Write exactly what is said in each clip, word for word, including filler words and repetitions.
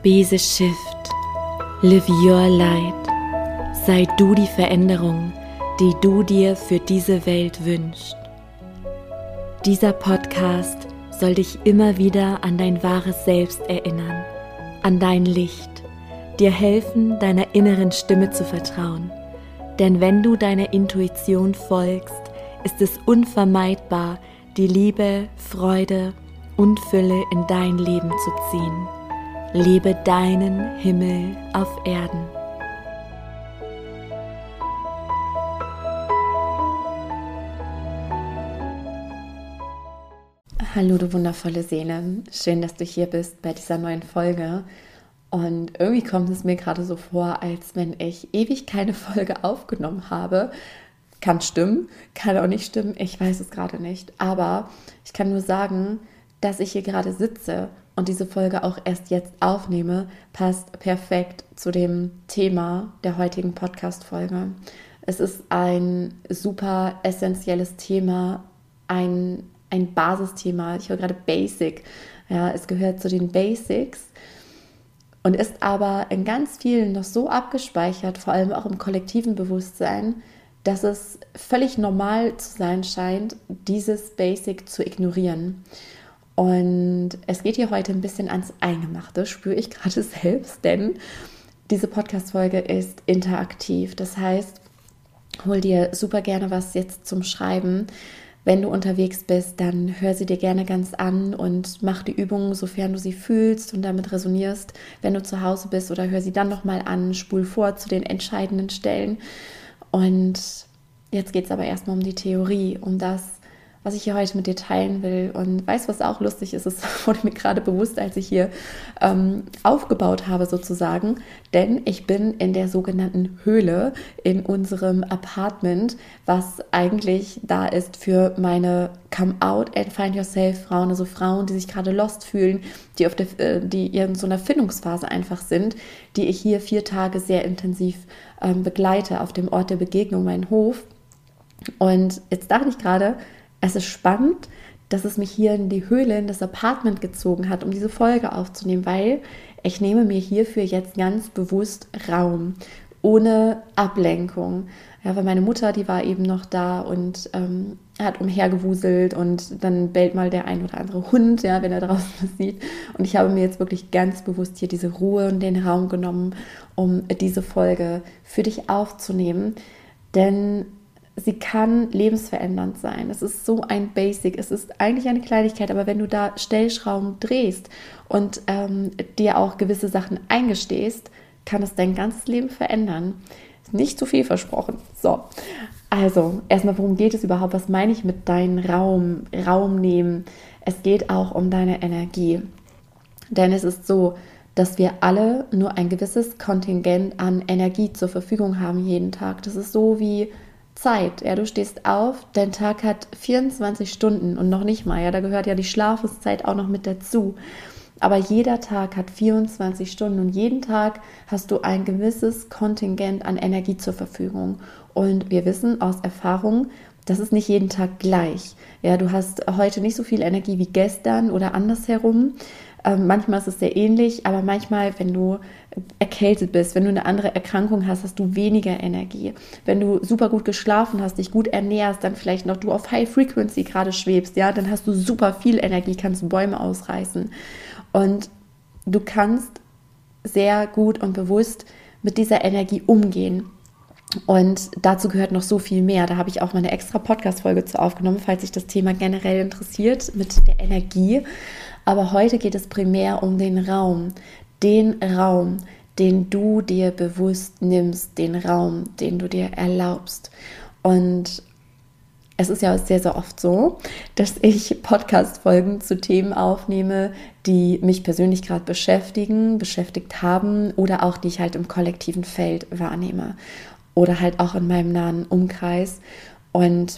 Be the shift. Live your light. Sei du die Veränderung, die du dir für diese Welt wünschst. Dieser Podcast soll dich immer wieder an dein wahres Selbst erinnern, an dein Licht, dir helfen, deiner inneren Stimme zu vertrauen. Denn wenn du deiner Intuition folgst, ist es unvermeidbar, die Liebe, Freude und Fülle in dein Leben zu ziehen. Lebe deinen Himmel auf Erden. Hallo du wundervolle Seele, schön, dass du hier bist bei dieser neuen Folge. Und irgendwie kommt es mir gerade so vor, als wenn ich ewig keine Folge aufgenommen habe. Kann stimmen, kann auch nicht stimmen, ich weiß es gerade nicht. Aber ich kann nur sagen, dass ich hier gerade sitze und diese Folge auch erst jetzt aufnehme, passt perfekt zu dem Thema der heutigen Podcast-Folge. Es ist ein super essentielles Thema, ein, ein Basisthema, ich höre gerade Basic, ja, es gehört zu den Basics und ist aber in ganz vielen noch so abgespeichert, vor allem auch im kollektiven Bewusstsein, dass es völlig normal zu sein scheint, dieses Basic zu ignorieren. Und es geht hier heute ein bisschen ans Eingemachte, spüre ich gerade selbst, denn diese Podcast-Folge ist interaktiv. Das heißt, hol dir super gerne was jetzt zum Schreiben. Wenn du unterwegs bist, dann hör sie dir gerne ganz an und mach die Übungen, sofern du sie fühlst und damit resonierst. Wenn du zu Hause bist oder hör sie dann nochmal an, spul vor zu den entscheidenden Stellen. Und jetzt geht es aber erstmal um die Theorie, um das, was ich hier heute mit dir teilen will. Und weißt du, was auch lustig ist? Es wurde mir gerade bewusst, als ich hier ähm, aufgebaut habe sozusagen. Denn ich bin in der sogenannten Höhle in unserem Apartment, was eigentlich da ist für meine Come Out and Find Yourself Frauen, also Frauen, die sich gerade lost fühlen, die, auf der, äh, die in so einer Findungsphase einfach sind, die ich hier vier Tage sehr intensiv ähm, begleite auf dem Ort der Begegnung, mein Hof. Und jetzt dachte ich gerade, es ist spannend, dass es mich hier in die Höhle, in das Apartment gezogen hat, um diese Folge aufzunehmen, weil ich nehme mir hierfür jetzt ganz bewusst Raum, ohne Ablenkung. Ja, weil meine Mutter, die war eben noch da und ähm, hat umhergewuselt und dann bellt mal der ein oder andere Hund, ja, wenn er draußen was sieht. Und ich habe mir jetzt wirklich ganz bewusst hier diese Ruhe und den Raum genommen, um diese Folge für dich aufzunehmen, denn sie kann lebensverändernd sein. Es ist so ein Basic, es ist eigentlich eine Kleinigkeit, aber wenn du da Stellschrauben drehst und ähm, dir auch gewisse Sachen eingestehst, kann es dein ganzes Leben verändern. Nicht zu viel versprochen. So, also erstmal, worum geht es überhaupt? Was meine ich mit deinem Raum, Raum nehmen? Es geht auch um deine Energie. Denn es ist so, dass wir alle nur ein gewisses Kontingent an Energie zur Verfügung haben jeden Tag. Das ist so wie Zeit, ja, du stehst auf, dein Tag hat vierundzwanzig Stunden und noch nicht mal, ja, da gehört ja die Schlafenszeit auch noch mit dazu, aber jeder Tag hat vierundzwanzig Stunden und jeden Tag hast du ein gewisses Kontingent an Energie zur Verfügung und wir wissen aus Erfahrung, das ist nicht jeden Tag gleich, ja, du hast heute nicht so viel Energie wie gestern oder andersherum. Ähm, manchmal ist es sehr ähnlich, aber manchmal, wenn du erkältet bist, wenn du eine andere Erkrankung hast, hast du weniger Energie. Wenn du super gut geschlafen hast, dich gut ernährst, dann vielleicht noch du auf High Frequency gerade schwebst, ja, dann hast du super viel Energie, kannst Bäume ausreißen. Und du kannst sehr gut und bewusst mit dieser Energie umgehen. Und dazu gehört noch so viel mehr. Da habe ich auch mal eine extra Podcast-Folge zu aufgenommen, falls sich das Thema generell interessiert mit der Energie. Aber heute geht es primär um den Raum, den Raum, den du dir bewusst nimmst, den Raum, den du dir erlaubst. Und es ist ja sehr, sehr oft so, dass ich Podcast-Folgen zu Themen aufnehme, die mich persönlich gerade beschäftigen, beschäftigt haben oder auch die ich halt im kollektiven Feld wahrnehme oder halt auch in meinem nahen Umkreis. Und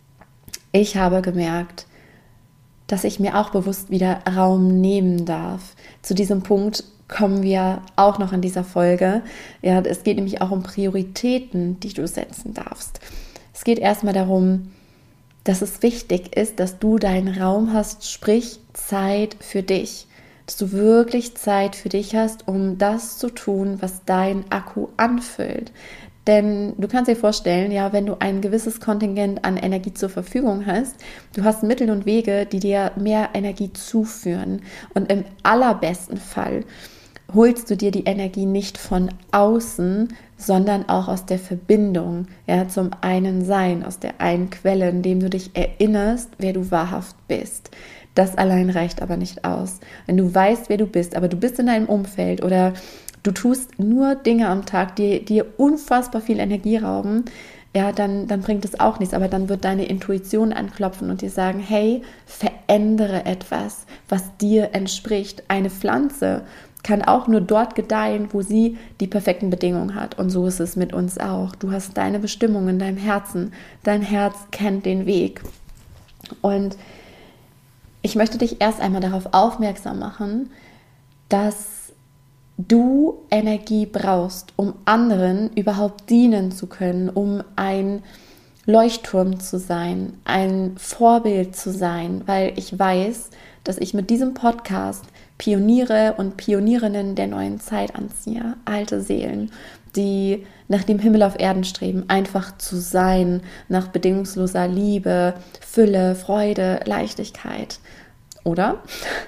ich habe gemerkt, dass ich mir auch bewusst wieder Raum nehmen darf. Zu diesem Punkt kommen wir auch noch in dieser Folge. Ja, es geht nämlich auch um Prioritäten, die du setzen darfst. Es geht erstmal darum, dass es wichtig ist, dass du deinen Raum hast, sprich Zeit für dich. dass du wirklich Zeit für dich hast, um das zu tun, was dein Akku anfüllt. Denn du kannst dir vorstellen, ja, wenn du ein gewisses Kontingent an Energie zur Verfügung hast, du hast Mittel und Wege, die dir mehr Energie zuführen. Und im allerbesten Fall holst du dir die Energie nicht von außen, sondern auch aus der Verbindung, ja, zum einen Sein, aus der einen Quelle, indem du dich erinnerst, wer du wahrhaft bist. Das allein reicht aber nicht aus. Wenn du weißt, wer du bist, aber du bist in deinem Umfeld oder du tust nur Dinge am Tag, die dir unfassbar viel Energie rauben, ja, dann, dann bringt es auch nichts. Aber dann wird deine Intuition anklopfen und dir sagen, hey, verändere etwas, was dir entspricht. Eine Pflanze kann auch nur dort gedeihen, wo sie die perfekten Bedingungen hat. Und so ist es mit uns auch. Du hast deine Bestimmung in deinem Herzen. Dein Herz kennt den Weg. Und ich möchte dich erst einmal darauf aufmerksam machen, dass du Energie brauchst, um anderen überhaupt dienen zu können, um ein Leuchtturm zu sein, ein Vorbild zu sein, weil ich weiß, dass ich mit diesem Podcast Pioniere und Pionierinnen der neuen Zeit anziehe, alte Seelen, die nach dem Himmel auf Erden streben, einfach zu sein, nach bedingungsloser Liebe, Fülle, Freude, Leichtigkeit, oder?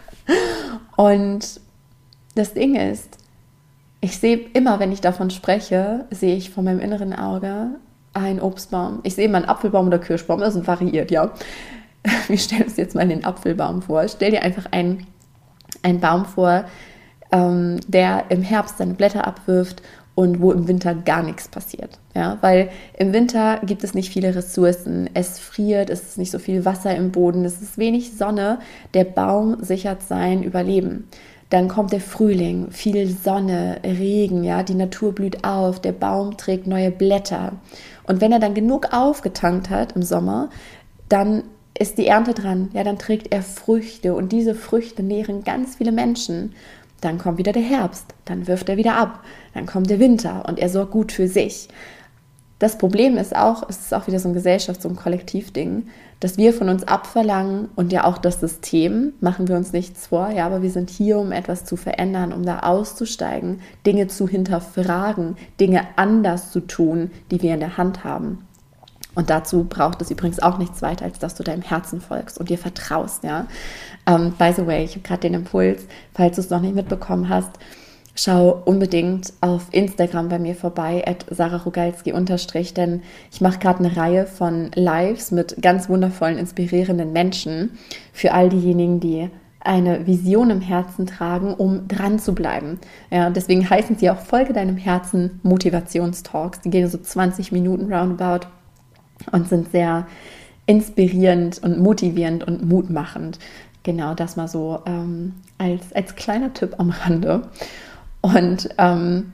Und das Ding ist, ich sehe immer, wenn ich davon spreche, sehe ich vor meinem inneren Auge einen Obstbaum. Ich sehe immer einen Apfelbaum oder Kirschbaum, das sind variiert, ja. Wir stellen uns jetzt mal den Apfelbaum vor. Stell dir einfach einen, einen Baum vor, ähm, der im Herbst seine Blätter abwirft und wo im Winter gar nichts passiert. Ja? Weil im Winter gibt es nicht viele Ressourcen, es friert, es ist nicht so viel Wasser im Boden, es ist wenig Sonne, der Baum sichert sein Überleben. Dann kommt der Frühling, viel Sonne, Regen, ja, die Natur blüht auf, der Baum trägt neue Blätter. Und wenn er dann genug aufgetankt hat im Sommer, dann ist die Ernte dran, ja, dann trägt er Früchte und diese Früchte nähren ganz viele Menschen. Dann kommt wieder der Herbst, dann wirft er wieder ab, dann kommt der Winter und er sorgt gut für sich. Das Problem ist auch, es ist auch wieder so ein Gesellschafts- und Kollektivding, dass wir von uns abverlangen und ja auch das System, machen wir uns nichts vor, ja, aber wir sind hier, um etwas zu verändern, um da auszusteigen, Dinge zu hinterfragen, Dinge anders zu tun, die wir in der Hand haben. Und dazu braucht es übrigens auch nichts weiter, als dass du deinem Herzen folgst und dir vertraust, ja. Um, by the way, ich habe gerade den Impuls, falls du es noch nicht mitbekommen hast, schau unbedingt auf Instagram bei mir vorbei, at sarah rogalski unterstrich, denn ich mache gerade eine Reihe von Lives mit ganz wundervollen, inspirierenden Menschen für all diejenigen, die eine Vision im Herzen tragen, um dran zu bleiben. Ja, deswegen heißen sie auch Folge deinem Herzen Motivationstalks. Die gehen so zwanzig Minuten roundabout und sind sehr inspirierend und motivierend und mutmachend. Genau, das mal so ähm, als, als kleiner Tipp am Rande. Und ähm,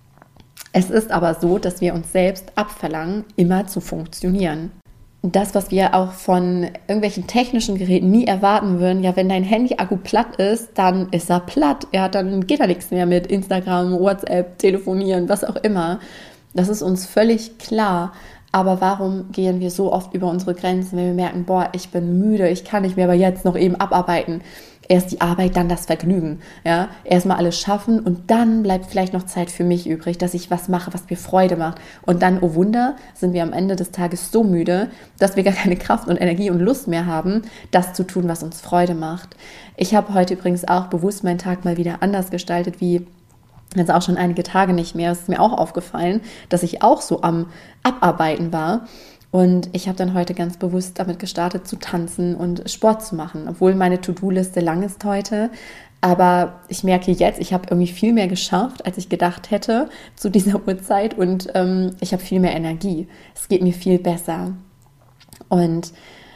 es ist aber so, dass wir uns selbst abverlangen, immer zu funktionieren. Das, was wir auch von irgendwelchen technischen Geräten nie erwarten würden, ja, wenn dein Handy-Akku platt ist, dann ist er platt. Ja, dann geht da nichts mehr mit Instagram, WhatsApp, Telefonieren, was auch immer. Das ist uns völlig klar. Aber warum gehen wir so oft über unsere Grenzen, wenn wir merken, boah, ich bin müde, ich kann nicht mehr, aber jetzt noch eben abarbeiten. Erst die Arbeit, dann das Vergnügen. Ja? Erstmal alles schaffen und dann bleibt vielleicht noch Zeit für mich übrig, dass ich was mache, was mir Freude macht. Und dann, oh Wunder, sind wir am Ende des Tages so müde, dass wir gar keine Kraft und Energie und Lust mehr haben, das zu tun, was uns Freude macht. Ich habe heute übrigens auch bewusst meinen Tag mal wieder anders gestaltet, wie jetzt auch schon einige Tage nicht mehr. Es ist mir auch aufgefallen, dass ich auch so am Abarbeiten war. Und ich habe dann heute ganz bewusst damit gestartet, zu tanzen und Sport zu machen, obwohl meine To-Do-Liste lang ist heute. Aber ich merke jetzt, ich habe irgendwie viel mehr geschafft, als ich gedacht hätte zu dieser Uhrzeit. Und ähm, ich habe viel mehr Energie. Es geht mir viel besser. Und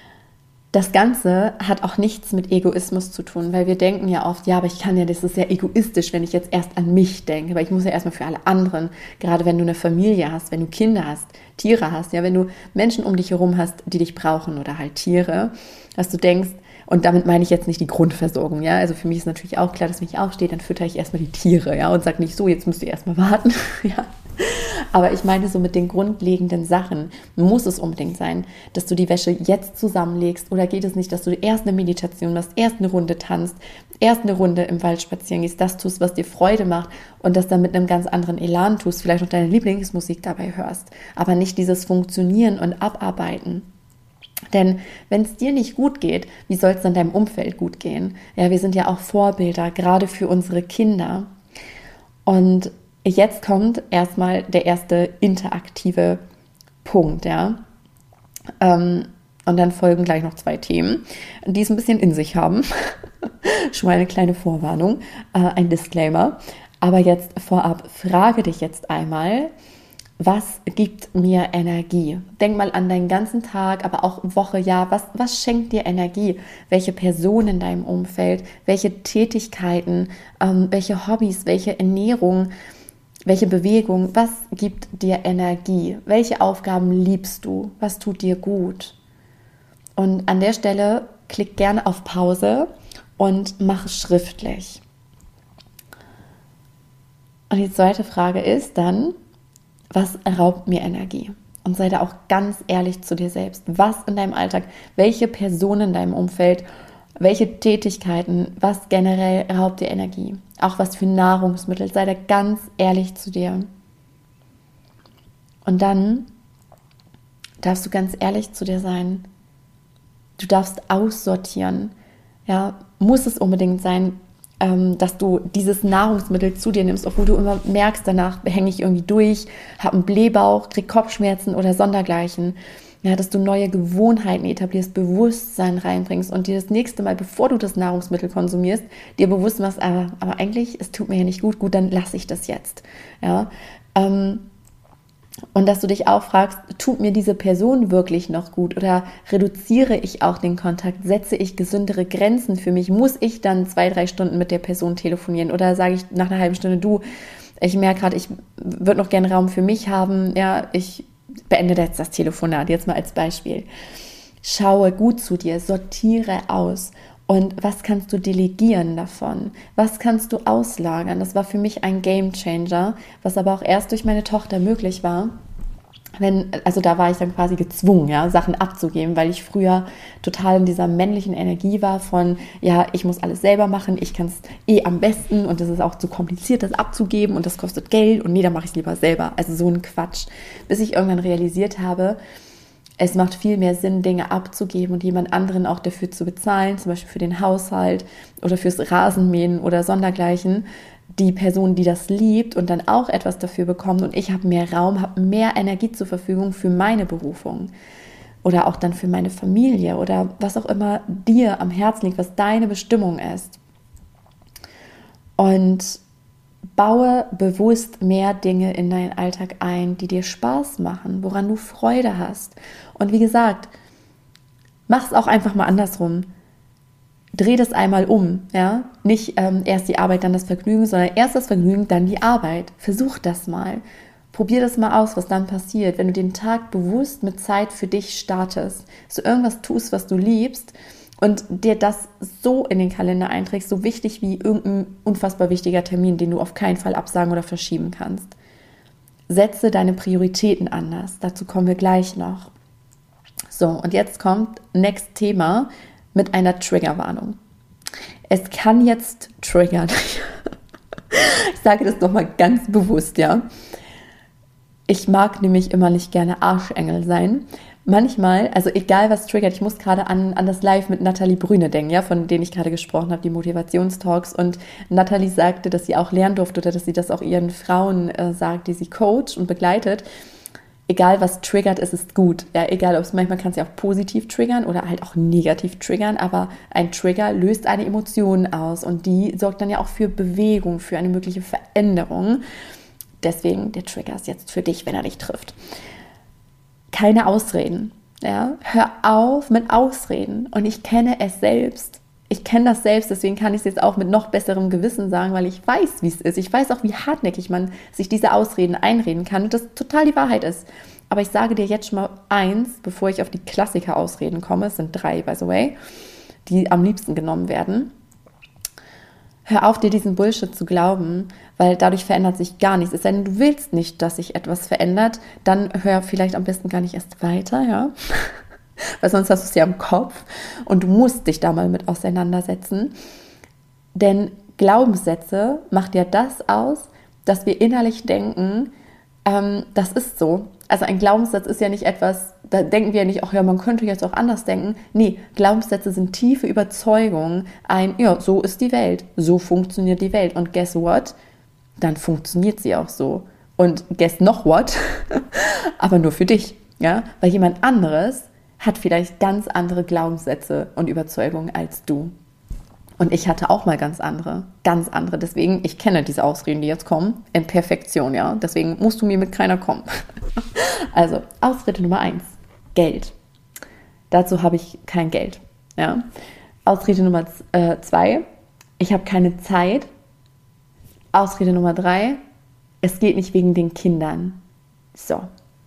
das Ganze hat auch nichts mit Egoismus zu tun, weil wir denken ja oft, ja, aber ich kann ja, das ist ja egoistisch, wenn ich jetzt erst an mich denke, weil ich muss ja erstmal für alle anderen, gerade wenn du eine Familie hast, wenn du Kinder hast, Tiere hast, ja, wenn du Menschen um dich herum hast, die dich brauchen oder halt Tiere, dass du denkst, und damit meine ich jetzt nicht die Grundversorgung, ja, also für mich ist natürlich auch klar, dass wenn ich aufstehe, dann fütter ich erstmal die Tiere, ja, und sage nicht so, jetzt musst du erstmal warten, ja, Aber ich meine so mit den grundlegenden Sachen, muss es unbedingt sein, dass du die Wäsche jetzt zusammenlegst, oder geht es nicht, dass du erst eine Meditation machst, erst eine Runde tanzt, erst eine Runde im Wald spazieren gehst, das tust, was dir Freude macht und das dann mit einem ganz anderen Elan tust, vielleicht noch deine Lieblingsmusik dabei hörst, aber nicht dieses Funktionieren und Abarbeiten. Denn wenn es dir nicht gut geht, wie soll es dann deinem Umfeld gut gehen? Ja, wir sind ja auch Vorbilder, gerade für unsere Kinder. Und jetzt kommt erstmal der erste interaktive Punkt, ja. Ähm, und dann folgen gleich noch zwei Themen, die es ein bisschen in sich haben. Schon mal eine kleine Vorwarnung, äh, ein Disclaimer. Aber jetzt vorab, frage dich jetzt einmal, was gibt mir Energie? Denk mal an deinen ganzen Tag, aber auch Woche, Jahr. Was, was schenkt dir Energie? Welche Personen in deinem Umfeld? Welche Tätigkeiten? Ähm, welche Hobbys? Welche Ernährung? Welche Bewegung? Was gibt dir Energie? Welche Aufgaben liebst du? Was tut dir gut? Und an der Stelle klick gerne auf Pause und mach schriftlich. Und die zweite Frage ist dann, was raubt mir Energie? Und sei da auch ganz ehrlich zu dir selbst. Was in deinem Alltag, welche Personen in deinem Umfeld, welche Tätigkeiten, was generell raubt dir Energie? Auch was für Nahrungsmittel, sei da ganz ehrlich zu dir. Und dann darfst du ganz ehrlich zu dir sein. Du darfst aussortieren. Ja, muss es unbedingt sein, dass du dieses Nahrungsmittel zu dir nimmst, obwohl du immer merkst, danach hänge ich irgendwie durch, habe einen Blähbauch, krieg Kopfschmerzen oder sondergleichen. Ja, dass du neue Gewohnheiten etablierst, Bewusstsein reinbringst und dir das nächste Mal, bevor du das Nahrungsmittel konsumierst, dir bewusst machst, aber, aber eigentlich, es tut mir ja nicht gut, gut, dann lasse ich das jetzt. Ja, ähm, und dass du dich auch fragst, tut mir diese Person wirklich noch gut oder reduziere ich auch den Kontakt, setze ich gesündere Grenzen für mich, muss ich dann zwei, drei Stunden mit der Person telefonieren oder sage ich nach einer halben Stunde, du, ich merke gerade, ich würde noch gerne Raum für mich haben, ja, ich beende jetzt das Telefonat, jetzt mal als Beispiel. Schaue gut zu dir, sortiere aus. Und was kannst du delegieren davon? Was kannst du auslagern? Das war für mich ein Gamechanger, was aber auch erst durch meine Tochter möglich war. Wenn, also da war ich dann quasi gezwungen, ja, Sachen abzugeben, weil ich früher total in dieser männlichen Energie war von, ja, ich muss alles selber machen, ich kann es eh am besten und es ist auch zu kompliziert, das abzugeben und das kostet Geld und nee, dann mache ich es lieber selber. Also so ein Quatsch. Bis ich irgendwann realisiert habe, es macht viel mehr Sinn, Dinge abzugeben und jemand anderen auch dafür zu bezahlen, zum Beispiel für den Haushalt oder fürs Rasenmähen oder sondergleichen. Die Person, die das liebt und dann auch etwas dafür bekommt und ich habe mehr Raum, habe mehr Energie zur Verfügung für meine Berufung oder auch dann für meine Familie oder was auch immer dir am Herzen liegt, was deine Bestimmung ist. Und baue bewusst mehr Dinge in deinen Alltag ein, die dir Spaß machen, woran du Freude hast. Und wie gesagt, mach es auch einfach mal andersrum. Dreh das einmal um, ja. Nicht ähm, erst die Arbeit, dann das Vergnügen, sondern erst das Vergnügen, dann die Arbeit. Versuch das mal. Probier das mal aus, was dann passiert, wenn du den Tag bewusst mit Zeit für dich startest, dass du irgendwas tust, was du liebst und dir das so in den Kalender einträgst, so wichtig wie irgendein unfassbar wichtiger Termin, den du auf keinen Fall absagen oder verschieben kannst. Setze deine Prioritäten anders. Dazu kommen wir gleich noch. So, und jetzt kommt next Thema mit einer Triggerwarnung. Es kann jetzt triggern. Ich sage das nochmal ganz bewusst, ja. Ich mag nämlich immer nicht gerne Arschengel sein. Manchmal, also egal was triggert, ich muss gerade an, an das Live mit Nathalie Brüne denken, ja, von denen ich gerade gesprochen habe, die Motivationstalks. Und Nathalie sagte, dass sie auch lernen durfte oder dass sie das auch ihren Frauen äh, sagt, die sie coacht und begleitet. Egal was triggert, es ist gut. Ja, egal, ob es manchmal kann es ja auch positiv triggern oder halt auch negativ triggern, aber ein Trigger löst eine Emotion aus und die sorgt dann ja auch für Bewegung, für eine mögliche Veränderung. Deswegen, der Trigger ist jetzt für dich, wenn er dich trifft. Keine Ausreden. Ja? Hör auf mit Ausreden. Und ich kenne es selbst. Ich kenne das selbst, deswegen kann ich es jetzt auch mit noch besserem Gewissen sagen, weil ich weiß, wie es ist. Ich weiß auch, wie hartnäckig man sich diese Ausreden einreden kann und das total die Wahrheit ist. Aber ich sage dir jetzt schon mal eins, bevor ich auf die Klassiker-Ausreden komme, es sind drei, by the way, die am liebsten genommen werden. Hör auf, dir diesen Bullshit zu glauben, weil dadurch verändert sich gar nichts. Es sei denn, du willst nicht, dass sich etwas verändert, dann hör vielleicht am besten gar nicht erst weiter, ja. Weil sonst hast du es ja im Kopf und du musst dich da mal mit auseinandersetzen. Denn Glaubenssätze macht ja das aus, dass wir innerlich denken, ähm, das ist so. Also ein Glaubenssatz ist ja nicht etwas, da denken wir ja nicht, ach ja, man könnte jetzt auch anders denken. Nee, Glaubenssätze sind tiefe Überzeugungen. Ein, ja, so ist die Welt, so funktioniert die Welt. Und guess what? Dann funktioniert sie auch so. Und guess noch what? Aber nur für dich, ja? Weil jemand anderes hat vielleicht ganz andere Glaubenssätze und Überzeugungen als du. Und ich hatte auch mal ganz andere, ganz andere. Deswegen, ich kenne diese Ausreden, die jetzt kommen, in Perfektion, ja. Deswegen musst du mir mit keiner kommen. Also, Ausrede Nummer eins, Geld. Dazu habe ich kein Geld, ja. Ausrede Nummer äh, zwei, ich habe keine Zeit. Ausrede Nummer drei, es geht nicht wegen den Kindern. So.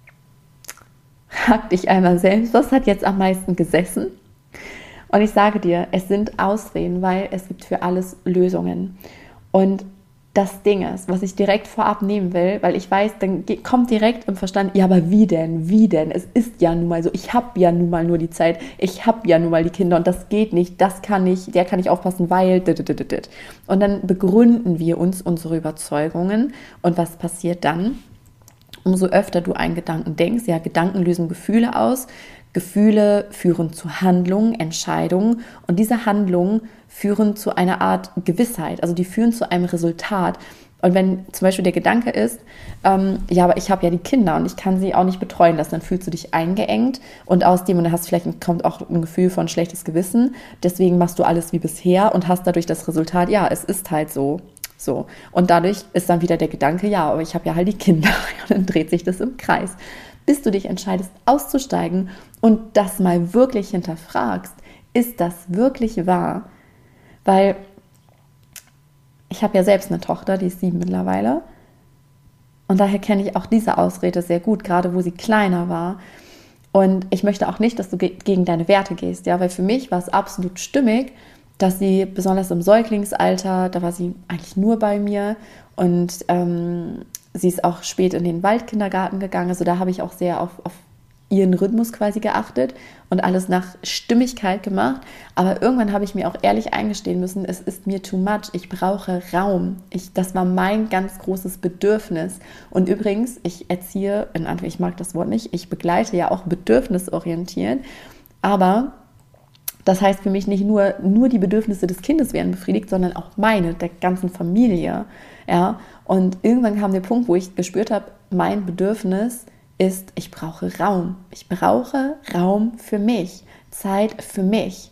Frag dich einmal selbst, was hat jetzt am meisten gesessen? Und ich sage dir, es sind Ausreden, weil es gibt für alles Lösungen. Und das Ding ist, was ich direkt vorab nehmen will, weil ich weiß, dann kommt direkt im Verstand, ja, aber wie denn, wie denn? Es ist ja nun mal so, ich habe ja nun mal nur die Zeit, ich habe ja nun mal die Kinder und das geht nicht, das kann ich, der kann ich aufpassen, weil... Und dann begründen wir uns unsere Überzeugungen und was passiert dann? Umso öfter du einen Gedanken denkst, ja, Gedanken lösen Gefühle aus, Gefühle führen zu Handlungen, Entscheidungen und diese Handlungen führen zu einer Art Gewissheit, also die führen zu einem Resultat. Und wenn zum Beispiel der Gedanke ist, ähm, ja, aber ich habe ja die Kinder und ich kann sie auch nicht betreuen lassen, dann fühlst du dich eingeengt und aus dem, und dann hast vielleicht kommt auch ein Gefühl von schlechtes Gewissen, deswegen machst du alles wie bisher und hast dadurch das Resultat, ja, es ist halt so. So. Und dadurch ist dann wieder der Gedanke, ja, aber ich habe ja halt die Kinder. Und dann dreht sich das im Kreis. Bis du dich entscheidest, auszusteigen und das mal wirklich hinterfragst, ist das wirklich wahr? Weil ich habe ja selbst eine Tochter, die ist sieben mittlerweile. Und daher kenne ich auch diese Ausrede sehr gut, gerade wo sie kleiner war. Und ich möchte auch nicht, dass du ge- gegen deine Werte gehst, ja, weil für mich war es absolut stimmig, dass sie besonders im Säuglingsalter, da war sie eigentlich nur bei mir und ähm, sie ist auch spät in den Waldkindergarten gegangen, also da habe ich auch sehr auf, auf ihren Rhythmus quasi geachtet und alles nach Stimmigkeit gemacht, aber irgendwann habe ich mir auch ehrlich eingestehen müssen, es ist mir too much, ich brauche Raum, ich, das war mein ganz großes Bedürfnis und übrigens, ich erziehe, in Anführungszeichen, ich mag das Wort nicht, ich begleite ja auch bedürfnisorientiert, aber das heißt für mich nicht nur, nur die Bedürfnisse des Kindes werden befriedigt, sondern auch meine, der ganzen Familie. Ja? Und irgendwann kam der Punkt, wo ich gespürt habe, mein Bedürfnis ist, ich brauche Raum. Ich brauche Raum für mich, Zeit für mich.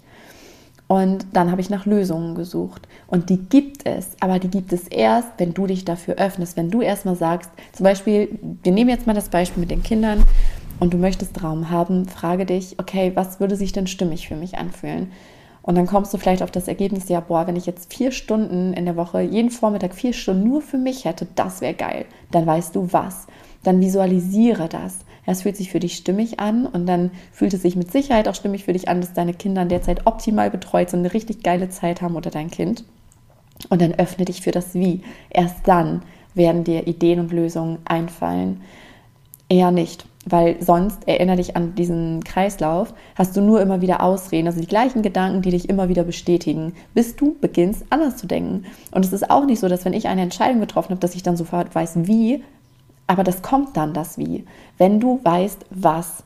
Und dann habe ich nach Lösungen gesucht. Und die gibt es, aber die gibt es erst, wenn du dich dafür öffnest. Wenn du erstmal sagst, zum Beispiel, wir nehmen jetzt mal das Beispiel mit den Kindern, und du möchtest Raum haben, frage dich, okay, was würde sich denn stimmig für mich anfühlen? Und dann kommst du vielleicht auf das Ergebnis, ja, boah, wenn ich jetzt vier Stunden in der Woche, jeden Vormittag vier Stunden nur für mich hätte, das wäre geil. Dann weißt du was. Dann visualisiere das. Es fühlt sich für dich stimmig an und dann fühlt es sich mit Sicherheit auch stimmig für dich an, dass deine Kinder in der Zeit optimal betreut sind, eine richtig geile Zeit haben oder dein Kind. Und dann öffne dich für das Wie. Erst dann werden dir Ideen und Lösungen einfallen. Eher nicht. Weil sonst, erinnere dich an diesen Kreislauf, hast du nur immer wieder Ausreden, also die gleichen Gedanken, die dich immer wieder bestätigen, bis du beginnst, anders zu denken. Und es ist auch nicht so, dass wenn ich eine Entscheidung getroffen habe, dass ich dann sofort weiß, wie, aber das kommt dann, das Wie, wenn du weißt, was.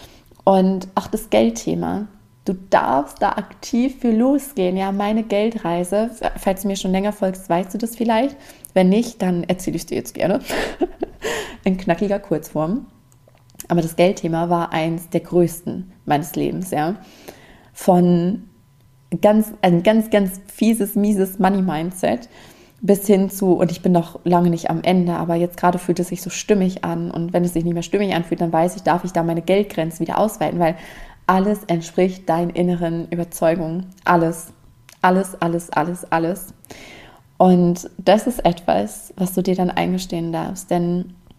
Und auch das Geldthema, du darfst da aktiv für losgehen. Ja, meine Geldreise, falls du mir schon länger folgst, weißt du das vielleicht. Wenn nicht, dann erzähle ich es dir jetzt gerne in knackiger Kurzform. Aber das Geldthema war eins der größten meines Lebens, ja. Von ganz, ein ganz, ganz fieses, mieses Money-Mindset bis hin zu, und ich bin noch lange nicht am Ende, aber jetzt gerade fühlt es sich so stimmig an. Und wenn es sich nicht mehr stimmig anfühlt, dann weiß ich, darf ich da meine Geldgrenzen wieder ausweiten, weil alles entspricht deinen inneren Überzeugungen. Alles, alles, alles, alles, alles. Und das ist etwas, was du dir dann eingestehen darfst, denn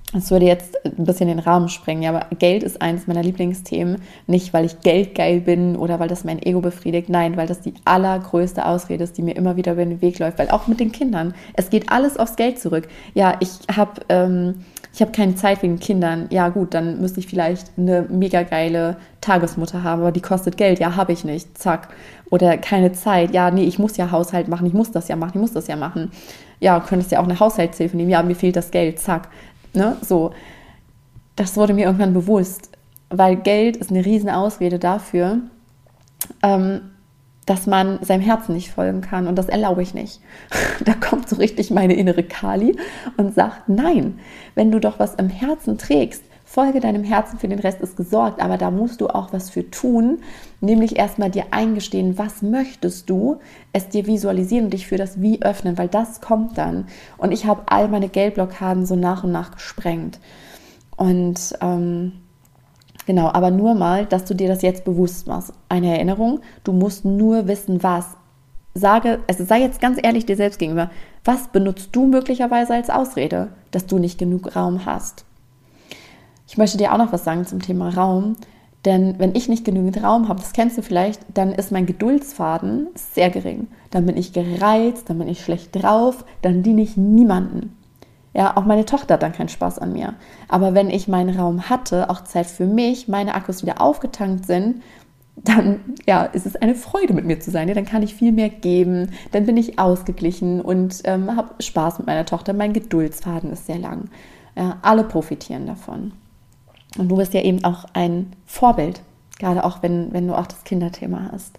Es würde jetzt ein bisschen den Rahmen sprengen, ja, aber Geld ist eines meiner Lieblingsthemen. Nicht, weil ich geldgeil bin oder weil das mein Ego befriedigt. Nein, weil das die allergrößte Ausrede ist, die mir immer wieder über den Weg läuft. Weil auch mit den Kindern, es geht alles aufs Geld zurück. Ja, ich habe ähm, ich hab keine Zeit wegen Kindern. Ja gut, dann müsste ich vielleicht eine mega geile Tagesmutter haben, aber die kostet Geld. Ja, habe ich nicht. Zack. Oder keine Zeit. Ja, nee, ich muss ja Haushalt machen. Ich muss das ja machen. Ich muss das ja machen. Ja, du könntest ja auch eine Haushaltshilfe nehmen. Ja, mir fehlt das Geld. Zack. Ne, so, das wurde mir irgendwann bewusst, weil Geld ist eine riesen Ausrede dafür, ähm, dass man seinem Herzen nicht folgen kann und das erlaube ich nicht. Da kommt so richtig meine innere Kali und sagt, nein, wenn du doch was im Herzen trägst, folge deinem Herzen, für den Rest ist gesorgt, aber da musst du auch was für tun, nämlich erstmal dir eingestehen, was möchtest du, es dir visualisieren und dich für das Wie öffnen, weil das kommt dann. Und ich habe all meine Geldblockaden so nach und nach gesprengt. Und ähm, genau, aber nur mal, dass du dir das jetzt bewusst machst. Eine Erinnerung, du musst nur wissen, was. Sage, also sei jetzt ganz ehrlich dir selbst gegenüber, was benutzt du möglicherweise als Ausrede, dass du nicht genug Raum hast? Ich möchte dir auch noch was sagen zum Thema Raum, denn wenn ich nicht genügend Raum habe, das kennst du vielleicht, dann ist mein Geduldsfaden sehr gering. Dann bin ich gereizt, dann bin ich schlecht drauf, dann diene ich niemanden. Ja, auch meine Tochter hat dann keinen Spaß an mir. Aber wenn ich meinen Raum hatte, auch Zeit für mich, meine Akkus wieder aufgetankt sind, dann ja, ist es eine Freude, mit mir zu sein. Ja, dann kann ich viel mehr geben, dann bin ich ausgeglichen und ähm, habe Spaß mit meiner Tochter. Mein Geduldsfaden ist sehr lang. Ja, alle profitieren davon. Und du bist ja eben auch ein Vorbild, gerade auch wenn, wenn du auch das Kinderthema hast.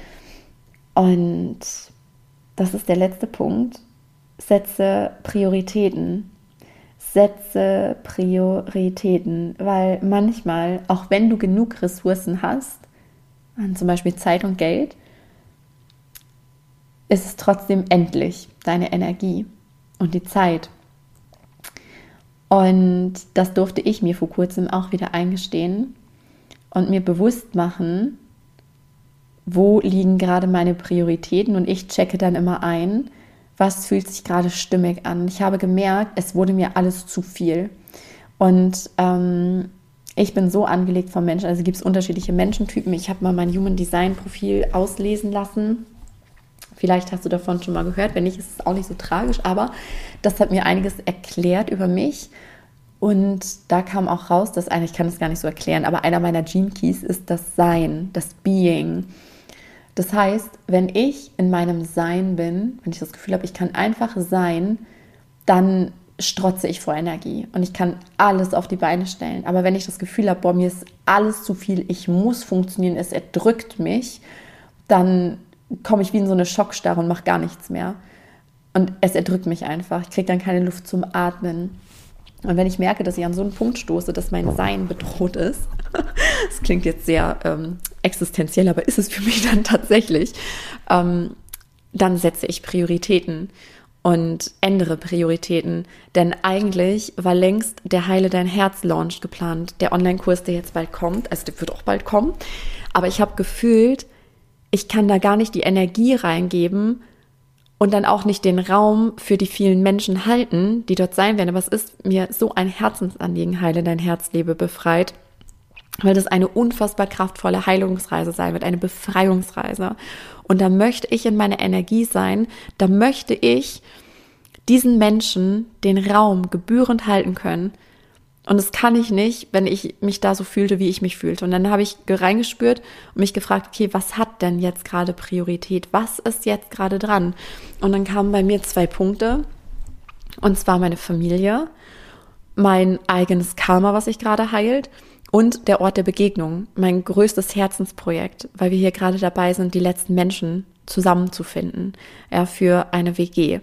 Und das ist der letzte Punkt. Setze Prioritäten. Setze Prioritäten, weil manchmal, auch wenn du genug Ressourcen hast, zum Beispiel Zeit und Geld, ist es trotzdem endlich, deine Energie und die Zeit. Und das durfte ich mir vor kurzem auch wieder eingestehen und mir bewusst machen, wo liegen gerade meine Prioritäten, und ich checke dann immer ein, was fühlt sich gerade stimmig an. Ich habe gemerkt, es wurde mir alles zu viel. Und ähm, ich bin so angelegt vom Menschen, also gibt es unterschiedliche Menschentypen. Ich habe mal mein Human Design Profil auslesen lassen. Vielleicht hast du davon schon mal gehört, wenn nicht, ist es auch nicht so tragisch, aber das hat mir einiges erklärt über mich. Und da kam auch raus, dass einer, ich kann das gar nicht so erklären, aber einer meiner Gene Keys ist das Sein, das Being. Das heißt, wenn ich in meinem Sein bin, wenn ich das Gefühl habe, ich kann einfach sein, dann strotze ich vor Energie und ich kann alles auf die Beine stellen. Aber wenn ich das Gefühl habe, boah, mir ist alles zu viel, ich muss funktionieren, es erdrückt mich, dann komme ich wie in so eine Schockstarre und mache gar nichts mehr. Und es erdrückt mich einfach. Ich kriege dann keine Luft zum Atmen. Und wenn ich merke, dass ich an so einen Punkt stoße, dass mein Sein bedroht ist, das klingt jetzt sehr ähm, existenziell, aber ist es für mich dann tatsächlich, ähm, dann setze ich Prioritäten und ändere Prioritäten. Denn eigentlich war längst der Heile dein Herz Launch geplant, der Online-Kurs, der jetzt bald kommt, also der wird auch bald kommen, aber ich habe gefühlt, ich kann da gar nicht die Energie reingeben und dann auch nicht den Raum für die vielen Menschen halten, die dort sein werden. Aber es ist mir so ein Herzensanliegen, Heile dein Herz, lebe befreit, weil das eine unfassbar kraftvolle Heilungsreise sein wird, eine Befreiungsreise. Und da möchte ich in meiner Energie sein, da möchte ich diesen Menschen den Raum gebührend halten können. Und das kann ich nicht, wenn ich mich da so fühlte, wie ich mich fühlte. Und dann habe ich reingespürt und mich gefragt, okay, was hat denn jetzt gerade Priorität? Was ist jetzt gerade dran? Und dann kamen bei mir zwei Punkte. Und zwar meine Familie, mein eigenes Karma, was sich gerade heilt, und der Ort der Begegnung, mein größtes Herzensprojekt, weil wir hier gerade dabei sind, die letzten Menschen zusammenzufinden, ja, für eine W G.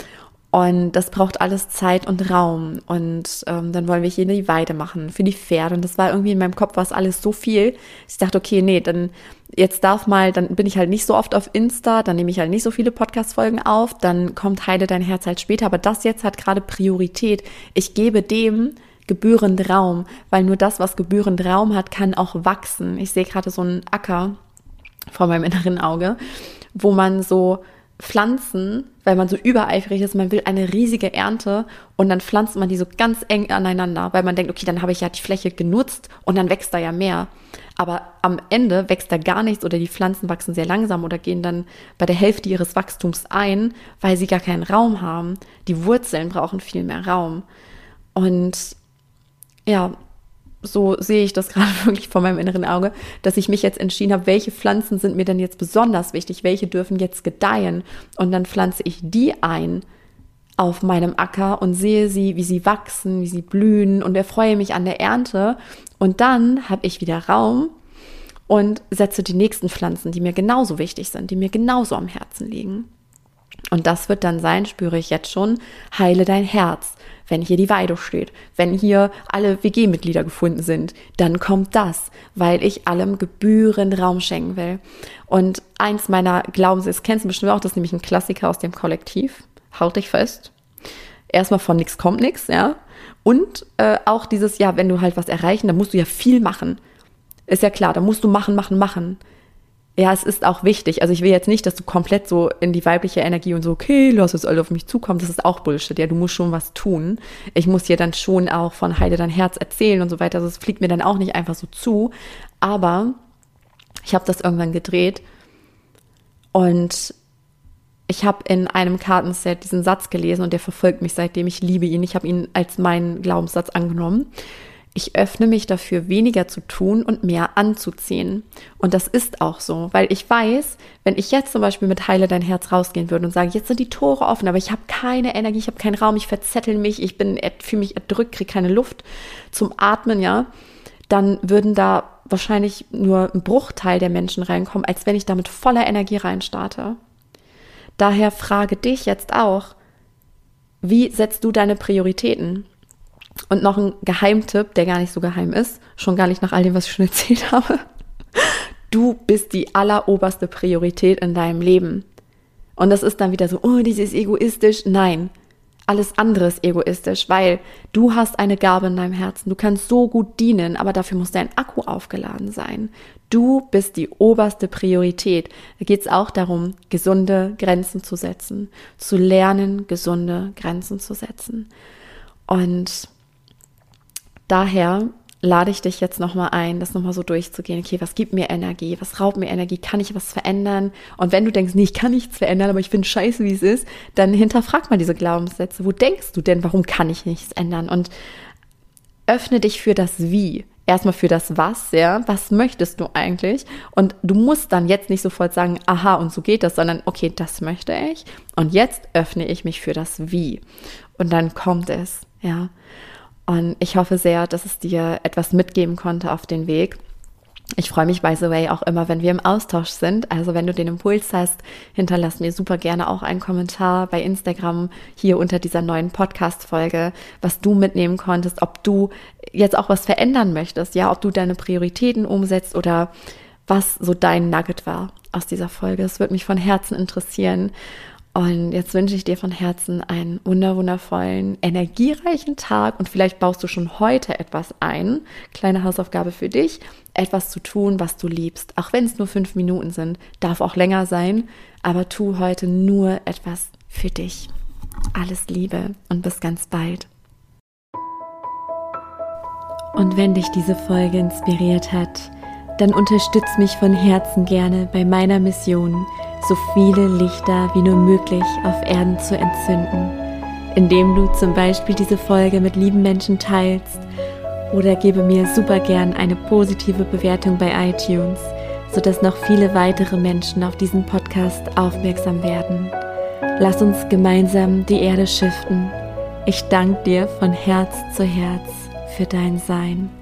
Und das braucht alles Zeit und Raum. Und ähm, dann wollen wir hier die Weide machen für die Pferde. Und das war irgendwie in meinem Kopf, war es alles so viel. Ich dachte, okay, nee, dann jetzt darf mal, dann bin ich halt nicht so oft auf Insta, dann nehme ich halt nicht so viele Podcast-Folgen auf, dann kommt Heile dein Herz halt später. Aber das jetzt hat gerade Priorität. Ich gebe dem gebührend Raum, weil nur das, was gebührend Raum hat, kann auch wachsen. Ich sehe gerade so einen Acker vor meinem inneren Auge, wo man so Pflanzen, weil man so übereifrig ist, man will eine riesige Ernte und dann pflanzt man die so ganz eng aneinander, weil man denkt, okay, dann habe ich ja die Fläche genutzt und dann wächst da ja mehr. Aber am Ende wächst da gar nichts oder die Pflanzen wachsen sehr langsam oder gehen dann bei der Hälfte ihres Wachstums ein, weil sie gar keinen Raum haben. Die Wurzeln brauchen viel mehr Raum. Und ja, so sehe ich das gerade wirklich vor meinem inneren Auge, dass ich mich jetzt entschieden habe, welche Pflanzen sind mir denn jetzt besonders wichtig, welche dürfen jetzt gedeihen, und dann pflanze ich die ein auf meinem Acker und sehe sie, wie sie wachsen, wie sie blühen und erfreue mich an der Ernte, und dann habe ich wieder Raum und setze die nächsten Pflanzen, die mir genauso wichtig sind, die mir genauso am Herzen liegen. Und das wird dann sein, spüre ich jetzt schon, heile dein Herz. Wenn hier die Weide steht, wenn hier alle W G-Mitglieder gefunden sind, dann kommt das, weil ich allem gebührend Raum schenken will. Und eins meiner Glaubenssätze, kennst du bestimmt auch, das ist nämlich ein Klassiker aus dem Kollektiv, halt dich fest. Erstmal von nix kommt nix, ja. Und äh, auch dieses, ja, wenn du halt was erreichen, dann musst du ja viel machen. Ist ja klar, da musst du machen, machen, machen. Ja, es ist auch wichtig. Also ich will jetzt nicht, dass du komplett so in die weibliche Energie und so, okay, lass es alle auf mich zukommen. Das ist auch Bullshit. Ja, du musst schon was tun. Ich muss dir dann schon auch von Heile dein Herz erzählen und so weiter. Also es fliegt mir dann auch nicht einfach so zu. Aber ich habe das irgendwann gedreht und ich habe in einem Kartenset diesen Satz gelesen und der verfolgt mich seitdem. Ich liebe ihn. Ich habe ihn als meinen Glaubenssatz angenommen. Ich öffne mich dafür, weniger zu tun und mehr anzuziehen. Und das ist auch so, weil ich weiß, wenn ich jetzt zum Beispiel mit Heile dein Herz rausgehen würde und sage, jetzt sind die Tore offen, aber ich habe keine Energie, ich habe keinen Raum, ich verzettel mich, ich bin, fühle mich erdrückt, kriege keine Luft zum Atmen, ja, dann würden da wahrscheinlich nur ein Bruchteil der Menschen reinkommen, als wenn ich da mit voller Energie reinstarte. Daher frage dich jetzt auch, wie setzt du deine Prioritäten? Und noch ein Geheimtipp, der gar nicht so geheim ist, schon gar nicht nach all dem, was ich schon erzählt habe. Du bist die alleroberste Priorität in deinem Leben. Und das ist dann wieder so, oh, das ist egoistisch. Nein, alles andere ist egoistisch, weil du hast eine Gabe in deinem Herzen. Du kannst so gut dienen, aber dafür muss dein Akku aufgeladen sein. Du bist die oberste Priorität. Da geht es auch darum, gesunde Grenzen zu setzen, zu lernen, gesunde Grenzen zu setzen. Und daher lade ich dich jetzt nochmal ein, das nochmal so durchzugehen. Okay, was gibt mir Energie? Was raubt mir Energie? Kann ich was verändern? Und wenn du denkst, nee, ich kann nichts verändern, aber ich finde scheiße, wie es ist, dann hinterfrag mal diese Glaubenssätze. Wo denkst du denn, warum kann ich nichts ändern? Und öffne dich für das Wie. Erstmal für das Was, ja. Was möchtest du eigentlich? Und du musst dann jetzt nicht sofort sagen, aha, und so geht das, sondern okay, das möchte ich. Und jetzt öffne ich mich für das Wie. Und dann kommt es, ja. Und ich hoffe sehr, dass es dir etwas mitgeben konnte auf den Weg. Ich freue mich, by the way, auch immer, wenn wir im Austausch sind. Also wenn du den Impuls hast, hinterlass mir super gerne auch einen Kommentar bei Instagram hier unter dieser neuen Podcast-Folge, was du mitnehmen konntest, ob du jetzt auch was verändern möchtest, ja, ob du deine Prioritäten umsetzt oder was so dein Nugget war aus dieser Folge. Es würde mich von Herzen interessieren. Und jetzt wünsche ich dir von Herzen einen wunderwundervollen, energiereichen Tag und vielleicht baust du schon heute etwas ein. Kleine Hausaufgabe für dich, etwas zu tun, was du liebst. Auch wenn es nur fünf Minuten sind, darf auch länger sein, aber tu heute nur etwas für dich. Alles Liebe und bis ganz bald. Und wenn dich diese Folge inspiriert hat, dann unterstütz mich von Herzen gerne bei meiner Mission, so viele Lichter wie nur möglich auf Erden zu entzünden, indem du zum Beispiel diese Folge mit lieben Menschen teilst oder gebe mir super gern eine positive Bewertung bei iTunes, sodass noch viele weitere Menschen auf diesen Podcast aufmerksam werden. Lass uns gemeinsam die Erde shiften. Ich danke dir von Herz zu Herz für dein Sein.